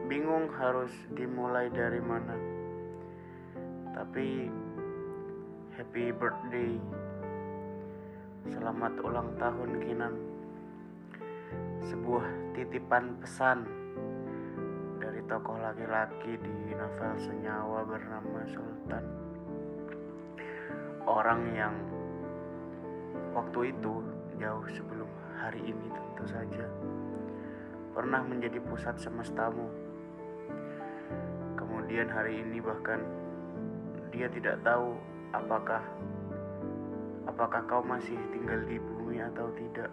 bingung harus dimulai dari mana. Tapi happy birthday, selamat ulang tahun Kinan. Sebuah titipan pesan dari tokoh laki-laki di novel senyawa bernama Sultan. Orang yang waktu itu, jauh sebelum hari ini tentu saja, pernah menjadi pusat semestamu. Kemudian hari ini bahkan dia tidak tahu apakah kau masih tinggal di bumi atau tidak.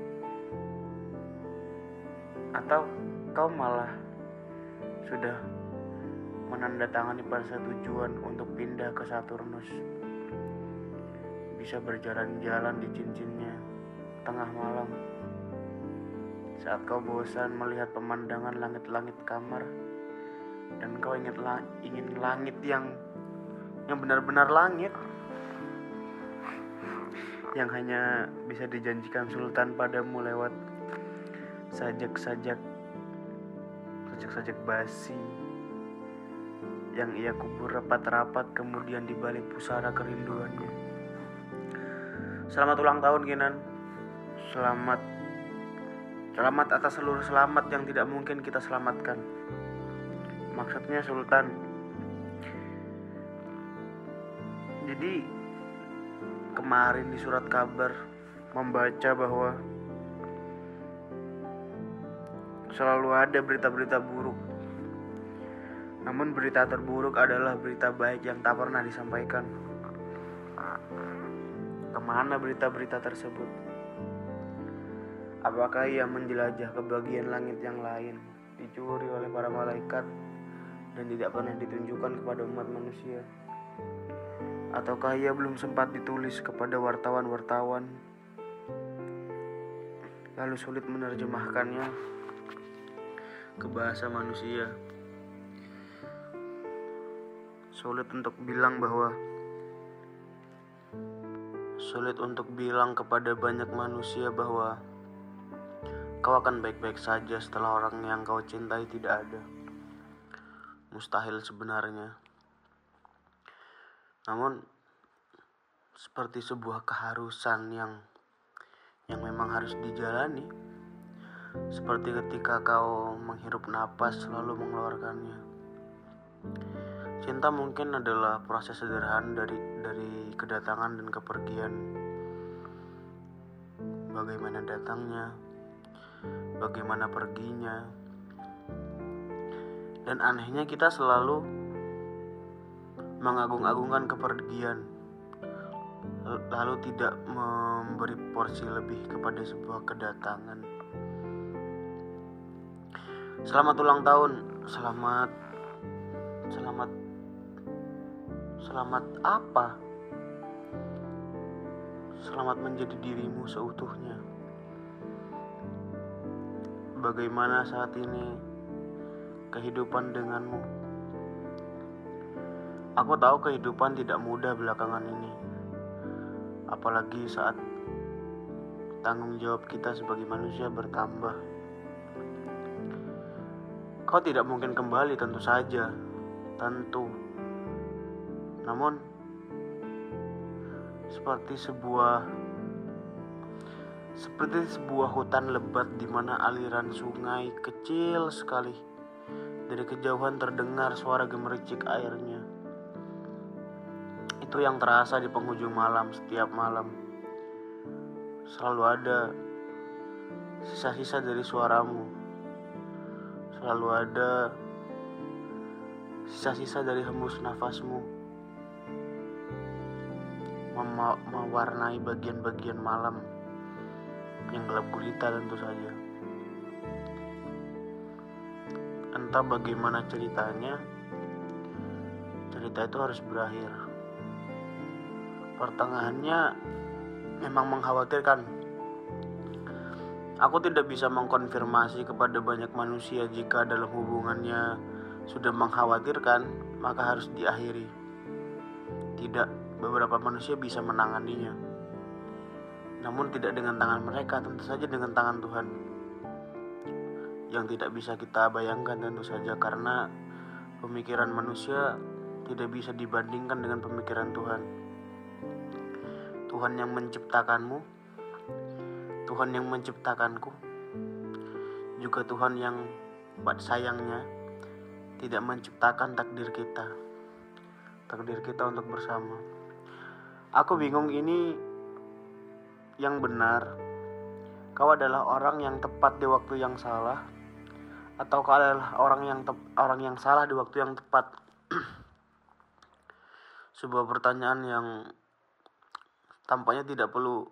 Atau kau malah sudah menandatangani persetujuan untuk pindah ke Saturnus. Bisa berjalan-jalan di cincinnya tengah malam. Saat kau bosan melihat pemandangan langit-langit kamar dan kau ingin langit yang benar-benar langit, yang hanya bisa dijanjikan Sultan padamu lewat sajak-sajak basi yang ia kubur rapat-rapat kemudian dibalik pusara kerinduannya. Selamat ulang tahun Kinan. Selamat atas seluruh selamat yang tidak mungkin kita selamatkan. Maksudnya Sultan. Jadi kemarin di surat kabar membaca bahwa selalu ada berita-berita buruk. Namun berita terburuk adalah berita baik yang tak pernah disampaikan. Kemana berita-berita tersebut? Apakah ia menjelajah ke bagian langit yang lain, dicuri oleh para malaikat, dan tidak pernah ditunjukkan kepada umat manusia? Ataukah ia belum sempat ditulis kepada wartawan-wartawan, lalu sulit menerjemahkannya ke bahasa manusia? Sulit untuk bilang kepada banyak manusia bahwa kau akan baik-baik saja setelah orang yang kau cintai tidak ada. Mustahil sebenarnya. Namun seperti sebuah keharusan yang memang harus dijalani. Seperti ketika kau menghirup napas lalu mengeluarkannya. Cinta mungkin adalah proses sederhana dari kedatangan dan kepergian. Bagaimana datangnya, bagaimana perginya. Dan anehnya kita selalu mengagung-agungkan kepergian, lalu tidak memberi porsi lebih kepada sebuah kedatangan. Selamat ulang tahun. Selamat apa? Selamat menjadi dirimu seutuhnya. Bagaimana saat ini kehidupan denganmu? Aku tahu kehidupan tidak mudah belakangan ini. Apalagi saat tanggung jawab kita sebagai manusia bertambah. Kau tidak mungkin kembali tentu saja. Tentu. Namun seperti sebuah hutan lebat di mana aliran sungai kecil sekali. Dari kejauhan terdengar suara gemericik airnya. Itu yang terasa di penghujung malam setiap malam. Selalu ada sisa-sisa dari suaramu. Selalu ada sisa-sisa dari hembus nafasmu. Mewarnai bagian-bagian malam yang gelap gulita tentu saja. Entah bagaimana ceritanya, cerita itu harus berakhir. Pertengahannya memang mengkhawatirkan. Aku tidak bisa mengkonfirmasi kepada banyak manusia jika dalam hubungannya sudah mengkhawatirkan, maka harus diakhiri. Tidak, beberapa manusia bisa menanganinya. Namun tidak dengan tangan mereka, tentu saja dengan tangan Tuhan. yang tidak bisa kita bayangkan tentu saja, karena pemikiran manusia tidak bisa dibandingkan dengan pemikiran Tuhan. Tuhan yang menciptakanmu, Tuhan yang menciptakanku, juga Tuhan yang sayangnya tidak menciptakan takdir kita untuk bersama. Aku bingung, ini yang benar, kau adalah orang yang tepat di waktu yang salah, atau kau adalah orang yang salah di waktu yang tepat? Sebuah pertanyaan yang tampaknya tidak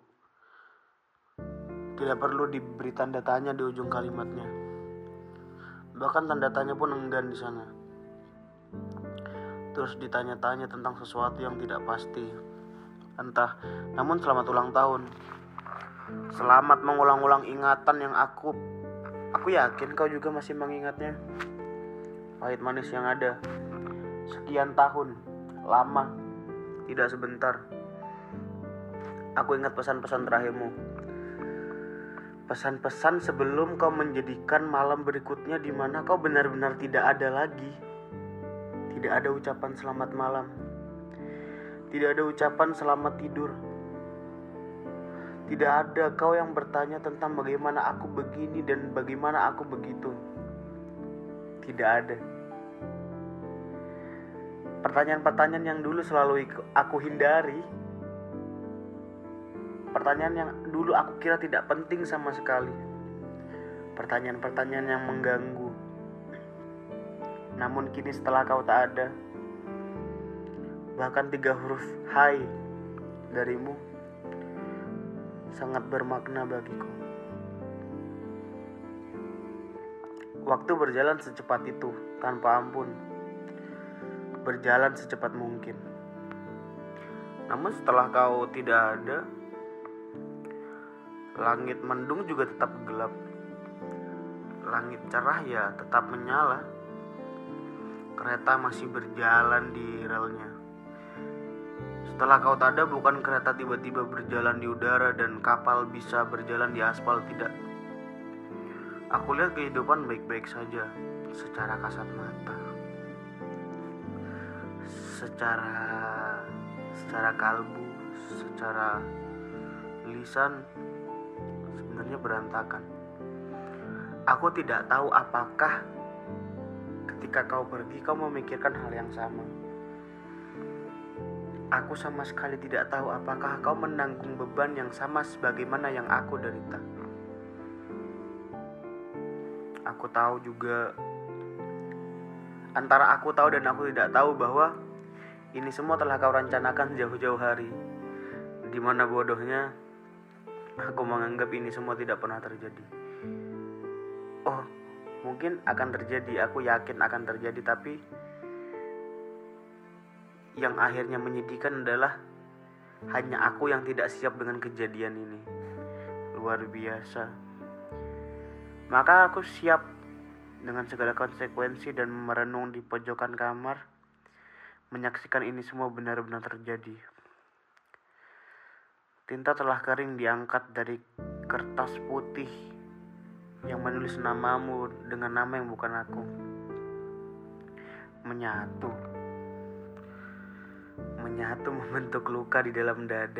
perlu diberi tanda tanya di ujung kalimatnya. Bahkan tanda tanya pun enggan di sana. Terus ditanya-tanya tentang sesuatu yang tidak pasti. Entah, namun selamat ulang tahun. Selamat mengulang-ulang ingatan yang aku yakin kau juga masih mengingatnya. Pahit manis yang ada. Sekian tahun, lama, tidak sebentar. Aku ingat pesan-pesan terakhirmu. Pesan-pesan sebelum kau menjadikan malam berikutnya di mana kau benar-benar tidak ada lagi. Tidak ada ucapan selamat malam. Tidak ada ucapan selamat tidur. Tidak ada kau yang bertanya tentang bagaimana aku begini dan bagaimana aku begitu. Tidak ada. Pertanyaan-pertanyaan yang dulu selalu aku hindari. Pertanyaan yang dulu aku kira tidak penting sama sekali. Pertanyaan-pertanyaan yang mengganggu. Namun kini setelah kau tak ada, bahkan 3 huruf hai darimu sangat bermakna bagiku. Waktu berjalan secepat itu, tanpa ampun. Berjalan secepat mungkin. Namun setelah kau tidak ada, langit mendung juga tetap gelap. Langit cerah ya tetap menyala. Kereta masih berjalan di relnya. Setelah kau tak ada, bukan kereta tiba-tiba berjalan di udara dan kapal bisa berjalan di aspal, tidak. Aku lihat kehidupan baik-baik saja, secara kasat mata. Secara kalbu, secara lisan, sebenarnya berantakan. Aku tidak tahu apakah ketika kau pergi kau memikirkan hal yang sama. Aku sama sekali tidak tahu apakah kau menanggung beban yang sama sebagaimana yang aku derita. Aku tahu juga, antara aku tahu dan aku tidak tahu, bahwa ini semua telah kau rencanakan jauh-jauh hari. Di mana bodohnya aku menganggap ini semua tidak pernah terjadi. Oh, mungkin akan terjadi, aku yakin akan terjadi, tapi yang akhirnya menyedihkan adalah hanya aku yang tidak siap dengan kejadian ini. Luar biasa. Maka aku siap dengan segala konsekuensi dan merenung di pojokan kamar, menyaksikan ini semua benar-benar terjadi. Tinta telah kering diangkat dari kertas putih yang menulis namamu dengan nama yang bukan aku. Menyatu membentuk luka di dalam dada.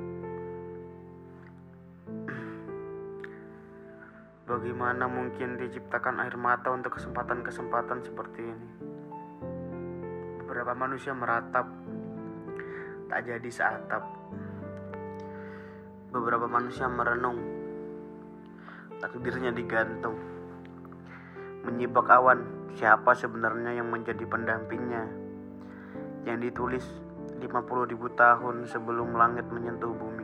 Bagaimana mungkin diciptakan air mata untuk kesempatan-kesempatan seperti ini? Beberapa manusia meratap, tak jadi seatap. Beberapa manusia merenung, takdirnya digantung. Menyibak awan, siapa sebenarnya yang menjadi pendampingnya? Yang ditulis 50.000 tahun sebelum langit menyentuh bumi.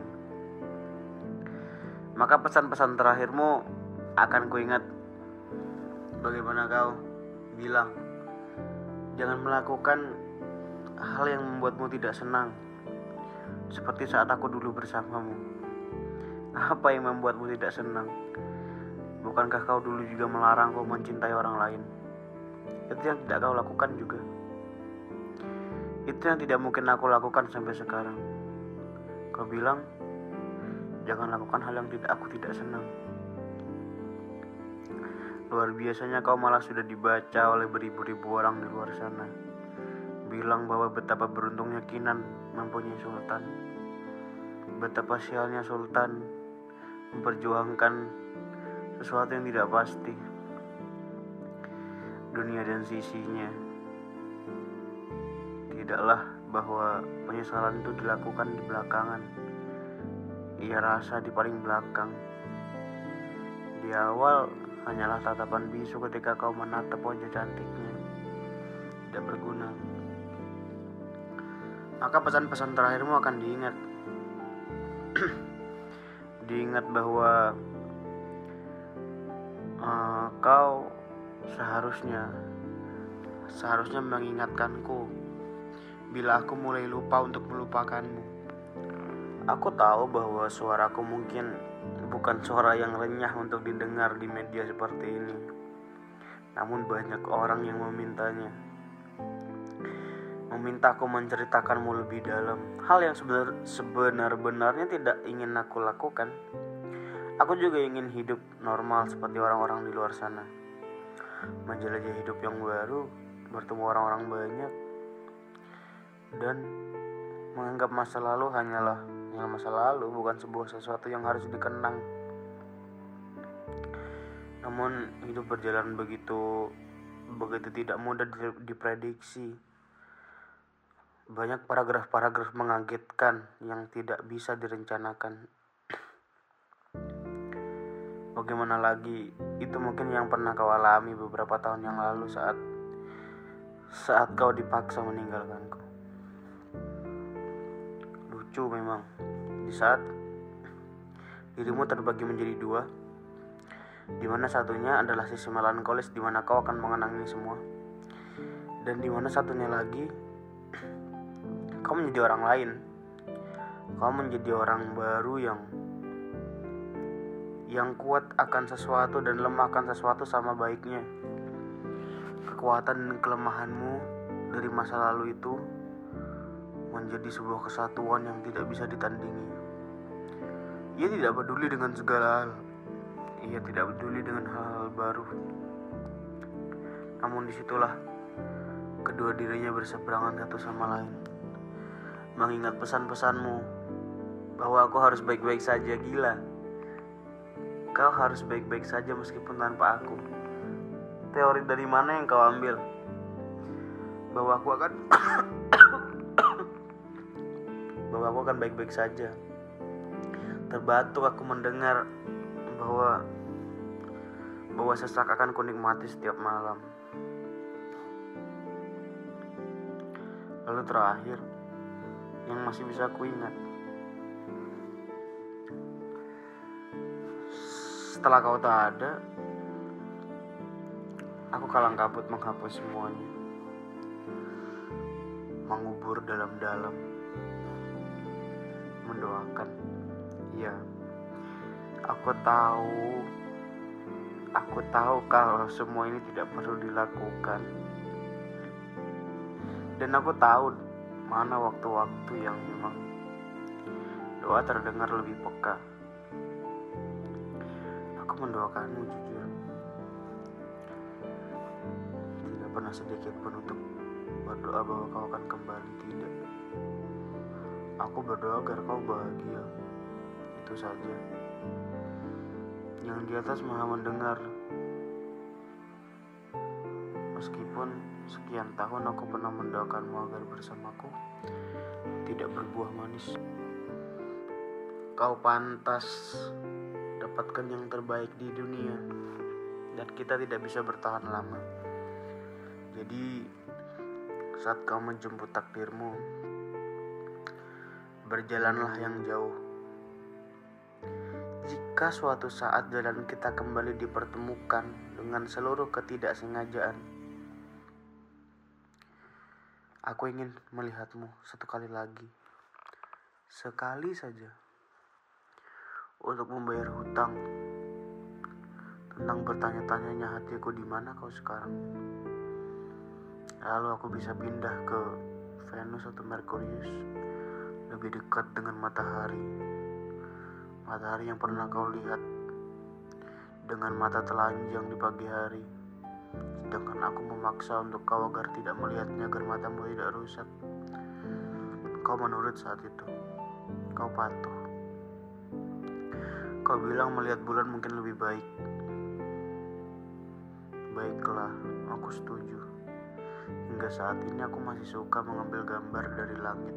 Maka pesan-pesan terakhirmu akan kuingat. Bagaimana kau bilang, jangan melakukan hal yang membuatmu tidak senang, seperti saat aku dulu bersamamu. Apa yang membuatmu tidak senang? Bukankah kau dulu juga melarangku mencintai orang lain? Itu yang tidak kau lakukan juga. Itu yang tidak mungkin aku lakukan sampai sekarang. Kau bilang, jangan lakukan hal yang aku tidak senang. Luar biasanya kau malah sudah dibaca oleh beribu-ribu orang di luar sana. Bilang bahwa betapa beruntungnya Kinan mempunyai sultan. Betapa sialnya sultan memperjuangkan sesuatu yang tidak pasti. Dunia dan sisinya. Tidaklah bahwa penyesalan itu dilakukan di belakangan. Ia rasa di paling belakang. Di awal hanyalah tatapan bisu ketika kau menatap wajah cantiknya. Tidak berguna. Maka pesan-pesan terakhirmu akan diingat. Diingat bahwa kau seharusnya mengingatkanku bila aku mulai lupa untuk melupakanmu. Aku tahu bahwa suaraku mungkin bukan suara yang renyah untuk didengar di media seperti ini. Namun banyak orang yang memintanya. Meminta aku menceritakanmu lebih dalam. Hal yang sebenar-benarnya tidak ingin aku lakukan. Aku juga ingin hidup normal seperti orang-orang di luar sana. Menjelajah hidup yang baru, bertemu orang-orang banyak, dan menganggap masa lalu hanyalah masa lalu, bukan sebuah sesuatu yang harus dikenang. Namun hidup berjalan begitu tidak mudah diprediksi. Banyak paragraf-paragraf mengagetkan yang tidak bisa direncanakan. Bagaimana lagi, itu mungkin yang pernah kau alami beberapa tahun yang lalu saat kau dipaksa meninggalkanku. Lucu memang, di saat dirimu terbagi menjadi dua, di mana satunya adalah sisi melankolis di mana kau akan mengenang ini semua, dan di mana satunya lagi kau menjadi orang lain. Kau menjadi orang baru yang kuat akan sesuatu dan lemah akan sesuatu sama baiknya. Kekuatan dan kelemahanmu dari masa lalu itu menjadi sebuah kesatuan yang tidak bisa ditandingi. Ia tidak peduli dengan segala hal. Ia tidak peduli dengan hal-hal baru. Namun disitulah kedua dirinya berseberangan satu sama lain. Mengingat pesan-pesanmu bahwa aku harus baik-baik saja. Gila, kau harus baik-baik saja meskipun tanpa aku. Teori dari mana yang kau ambil? Bahwa aku akan baik-baik saja. Terbatuk aku mendengar bahwa sesak akan kunikmati setiap malam. Lalu terakhir, yang masih bisa aku ingat, setelah kau tak ada, aku kalang kabut menghapus semuanya, mengubur dalam-dalam, mendoakan. Ya, aku tahu kalau semua ini tidak perlu dilakukan. Dan aku tahu mana waktu-waktu yang memang doa terdengar lebih peka. Aku mendoakanmu jujur. Tidak pernah sedikit pun untuk berdoa bahwa kau akan kembali, tidak. Aku berdoa agar kau bahagia. Itu saja. Yang di atas Maha mendengar. Meskipun sekian tahun aku pernah mendoakanmu agar bersamaku tidak berbuah manis. Kau pantas dapatkan yang terbaik di dunia, dan kita tidak bisa bertahan lama. Jadi saat kau menjemput takdirmu, berjalanlah yang jauh. Jika suatu saat jalan kita kembali dipertemukan dengan seluruh ketidaksengajaan, aku ingin melihatmu satu kali lagi, sekali saja, untuk membayar hutang tentang bertanya-tanyanya hatiku di mana kau sekarang. Lalu aku bisa pindah ke Venus atau Merkurius, lebih dekat dengan matahari yang pernah kau lihat dengan mata telanjang di pagi hari, sedangkan aku memaksa untuk kau agar tidak melihatnya agar matamu tidak rusak. Kau menurut saat itu. Kau patuh. Kau bilang melihat bulan mungkin lebih baik. Baiklah, aku setuju. Hingga saat ini aku masih suka mengambil gambar dari langit.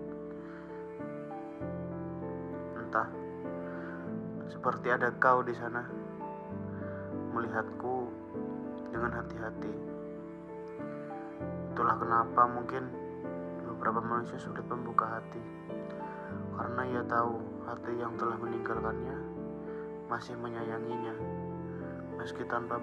Entah, seperti ada kau di sana, melihatku dengan hati-hati. Itulah kenapa mungkin beberapa manusia sulit membuka hati, karena ia tahu hati yang telah meninggalkannya masih menyayanginya, meski tanpa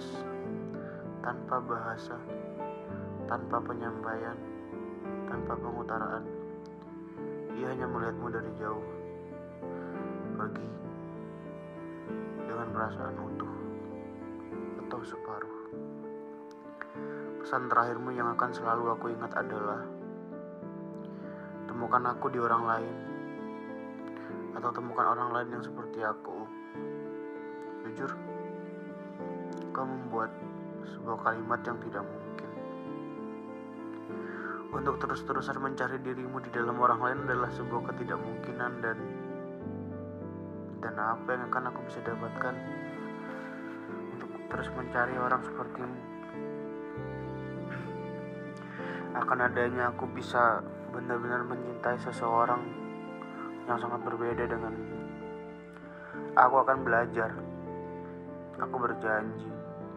bahasa, tanpa penyampaian, tanpa pengutaraan. Ia hanya melihatmu dari jauh, pergi dengan perasaan utuh atau separuh. Pesan terakhirmu yang akan selalu aku ingat adalah, temukan aku di orang lain, atau temukan orang lain yang seperti aku. Jujur, kau membuat sebuah kalimat yang tidak mungkin. Untuk terus-terusan mencari dirimu di dalam orang lain adalah sebuah ketidakmungkinan, dan apa yang akan aku bisa dapatkan untuk terus mencari orang sepertimu? Akan adanya aku bisa benar-benar mencintai seseorang yang sangat berbeda denganmu. Aku akan belajar. Aku berjanji.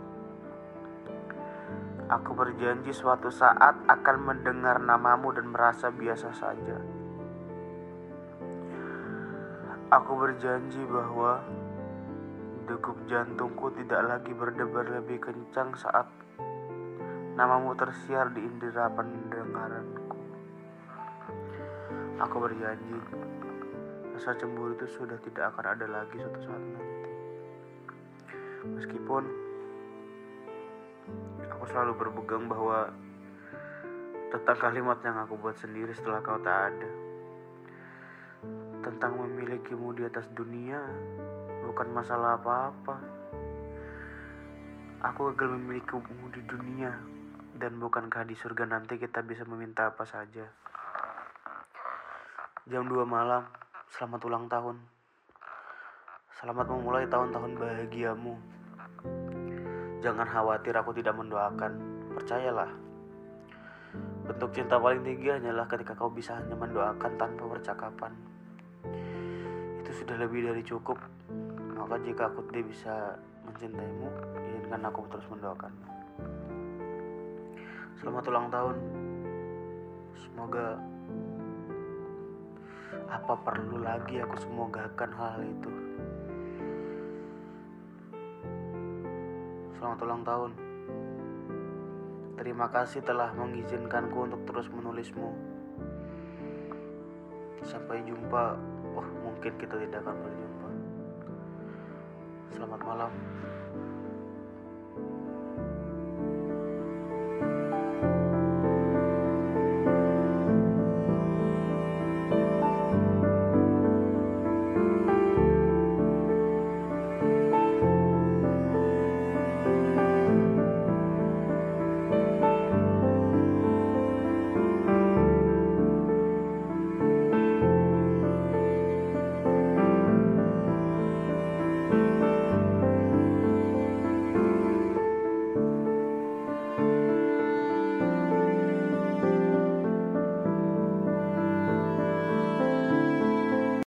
Aku berjanji suatu saat akan mendengar namamu dan merasa biasa saja. Aku berjanji bahwa degup jantungku tidak lagi berdebar lebih kencang saat namamu tersiar di indera pendengaranku. Aku berjanji, rasa cemburu itu sudah tidak akan ada lagi suatu saat nanti. Meskipun aku selalu berpegang bahwa tentang kalimat yang aku buat sendiri setelah kau tak ada, tentang memilikimu di atas dunia bukan masalah apa-apa. Aku gagal memilikimu di dunia, dan bukankah di surga nanti kita bisa meminta apa saja? Jam 2 malam, selamat ulang tahun. Selamat memulai tahun-tahun bahagiamu. Jangan khawatir aku tidak mendoakan. Percayalah, bentuk cinta paling tinggi hanyalah ketika kau bisa hanya mendoakan tanpa percakapan. Itu sudah lebih dari cukup. Maka jika aku tidak bisa mencintaimu, izinkan aku terus mendoakanmu. Selamat ulang tahun. Semoga apa perlu lagi aku semogakan hal itu. Selamat ulang tahun. Terima kasih telah mengizinkanku untuk terus menulismu. Sampai jumpa. Mungkin kita tidak akan berjumpa. Selamat malam.